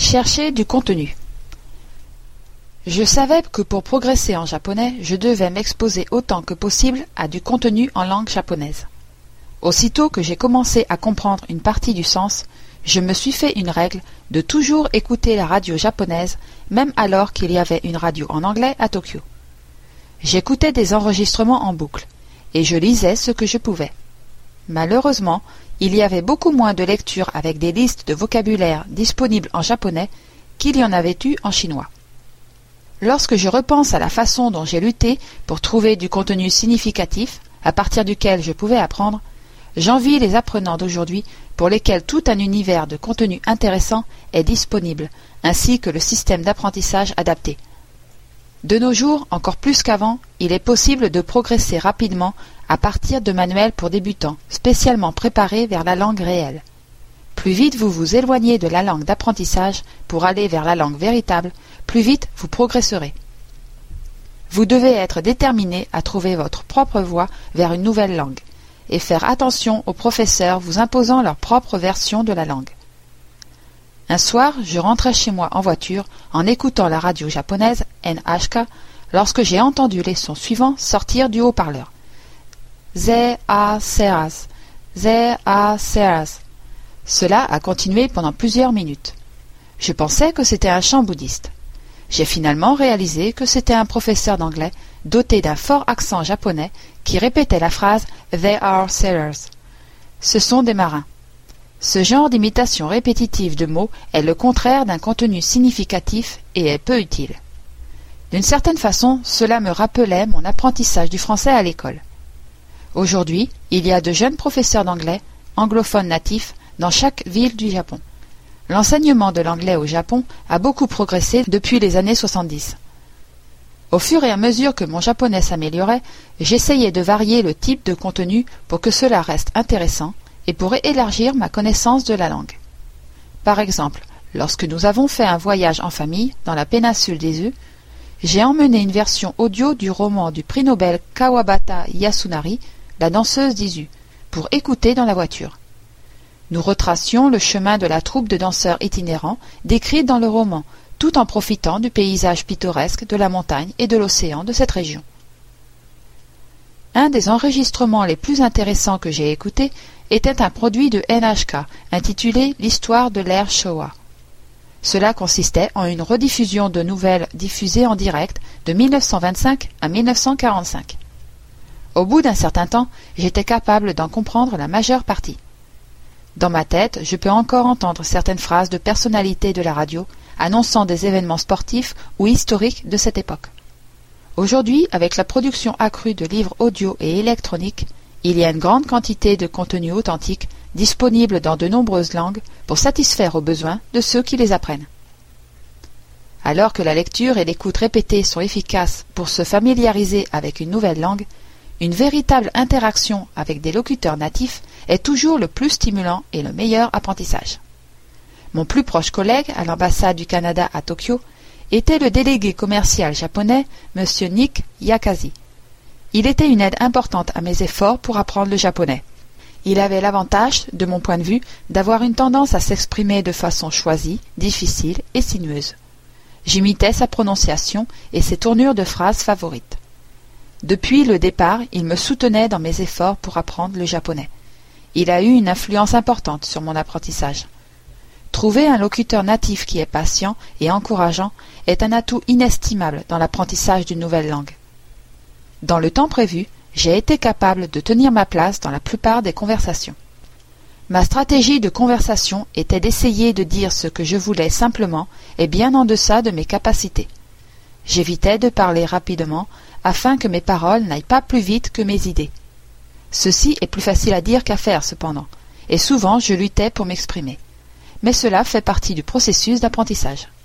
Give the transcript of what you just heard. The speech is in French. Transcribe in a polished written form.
Chercher du contenu. Je savais que pour progresser en japonais, je devais m'exposer autant que possible à du contenu en langue japonaise. Aussitôt que j'ai commencé à comprendre une partie du sens, je me suis fait une règle de toujours écouter la radio japonaise, même alors qu'il y avait une radio en anglais à Tokyo. J'écoutais des enregistrements en boucle, et je lisais ce que je pouvais. Malheureusement, il y avait beaucoup moins de lectures avec des listes de vocabulaire disponibles en japonais qu'il y en avait eu en chinois. Lorsque je repense à la façon dont j'ai lutté pour trouver du contenu significatif, à partir duquel je pouvais apprendre, j'envie les apprenants d'aujourd'hui pour lesquels tout un univers de contenu intéressant est disponible, ainsi que le système d'apprentissage adapté. De nos jours, encore plus qu'avant, il est possible de progresser rapidement à partir de manuels pour débutants, spécialement préparés vers la langue réelle. Plus vite vous vous éloignez de la langue d'apprentissage pour aller vers la langue véritable, plus vite vous progresserez. Vous devez être déterminé à trouver votre propre voie vers une nouvelle langue, et faire attention aux professeurs vous imposant leur propre version de la langue. Un soir, je rentrais chez moi en voiture en écoutant la radio japonaise NHK lorsque j'ai entendu les sons suivants sortir du haut-parleur. Ze a seras, ze a seras. Cela a continué pendant plusieurs minutes. Je pensais que c'était un chant bouddhiste. J'ai finalement réalisé que c'était un professeur d'anglais doté d'un fort accent japonais qui répétait la phrase « They are sailors ». Ce sont des marins. Ce genre d'imitation répétitive de mots est le contraire d'un contenu significatif et est peu utile. D'une certaine façon, cela me rappelait mon apprentissage du français à l'école. Aujourd'hui, il y a de jeunes professeurs d'anglais, anglophones natifs, dans chaque ville du Japon. L'enseignement de l'anglais au Japon a beaucoup progressé depuis les années 70. Au fur et à mesure que mon japonais s'améliorait, j'essayais de varier le type de contenu pour que cela reste intéressant et pour élargir ma connaissance de la langue. Par exemple, lorsque nous avons fait un voyage en famille dans la péninsule d'Izu, j'ai emmené une version audio du roman du prix Nobel Kawabata Yasunari, La danseuse d'Izu, pour écouter dans la voiture. Nous retracions le chemin de la troupe de danseurs itinérants décrite dans le roman, tout en profitant du paysage pittoresque de la montagne et de l'océan de cette région. Un des enregistrements les plus intéressants que j'ai écoutés était un produit de NHK intitulé « L'histoire de l'ère Showa ». Cela consistait en une rediffusion de nouvelles diffusées en direct de 1925 à 1945. Au bout d'un certain temps, j'étais capable d'en comprendre la majeure partie. Dans ma tête, je peux encore entendre certaines phrases de personnalités de la radio annonçant des événements sportifs ou historiques de cette époque. Aujourd'hui, avec la production accrue de livres audio et électroniques, il y a une grande quantité de contenu authentique disponible dans de nombreuses langues pour satisfaire aux besoins de ceux qui les apprennent. Alors que la lecture et l'écoute répétée sont efficaces pour se familiariser avec une nouvelle langue, une véritable interaction avec des locuteurs natifs est toujours le plus stimulant et le meilleur apprentissage. Mon plus proche collègue à l'ambassade du Canada à Tokyo était le délégué commercial japonais, M. Nick Yakazi. Il était une aide importante à mes efforts pour apprendre le japonais. Il avait l'avantage, de mon point de vue, d'avoir une tendance à s'exprimer de façon choisie, difficile et sinueuse. J'imitais sa prononciation et ses tournures de phrases favorites. Depuis le départ, il me soutenait dans mes efforts pour apprendre le japonais. Il a eu une influence importante sur mon apprentissage. Trouver un locuteur natif qui est patient et encourageant est un atout inestimable dans l'apprentissage d'une nouvelle langue. Dans le temps prévu, j'ai été capable de tenir ma place dans la plupart des conversations. Ma stratégie de conversation était d'essayer de dire ce que je voulais simplement et bien en deçà de mes capacités. J'évitais de parler rapidement afin que mes paroles n'aillent pas plus vite que mes idées. Ceci est plus facile à dire qu'à faire cependant, et souvent je luttais pour m'exprimer. Mais cela fait partie du processus d'apprentissage.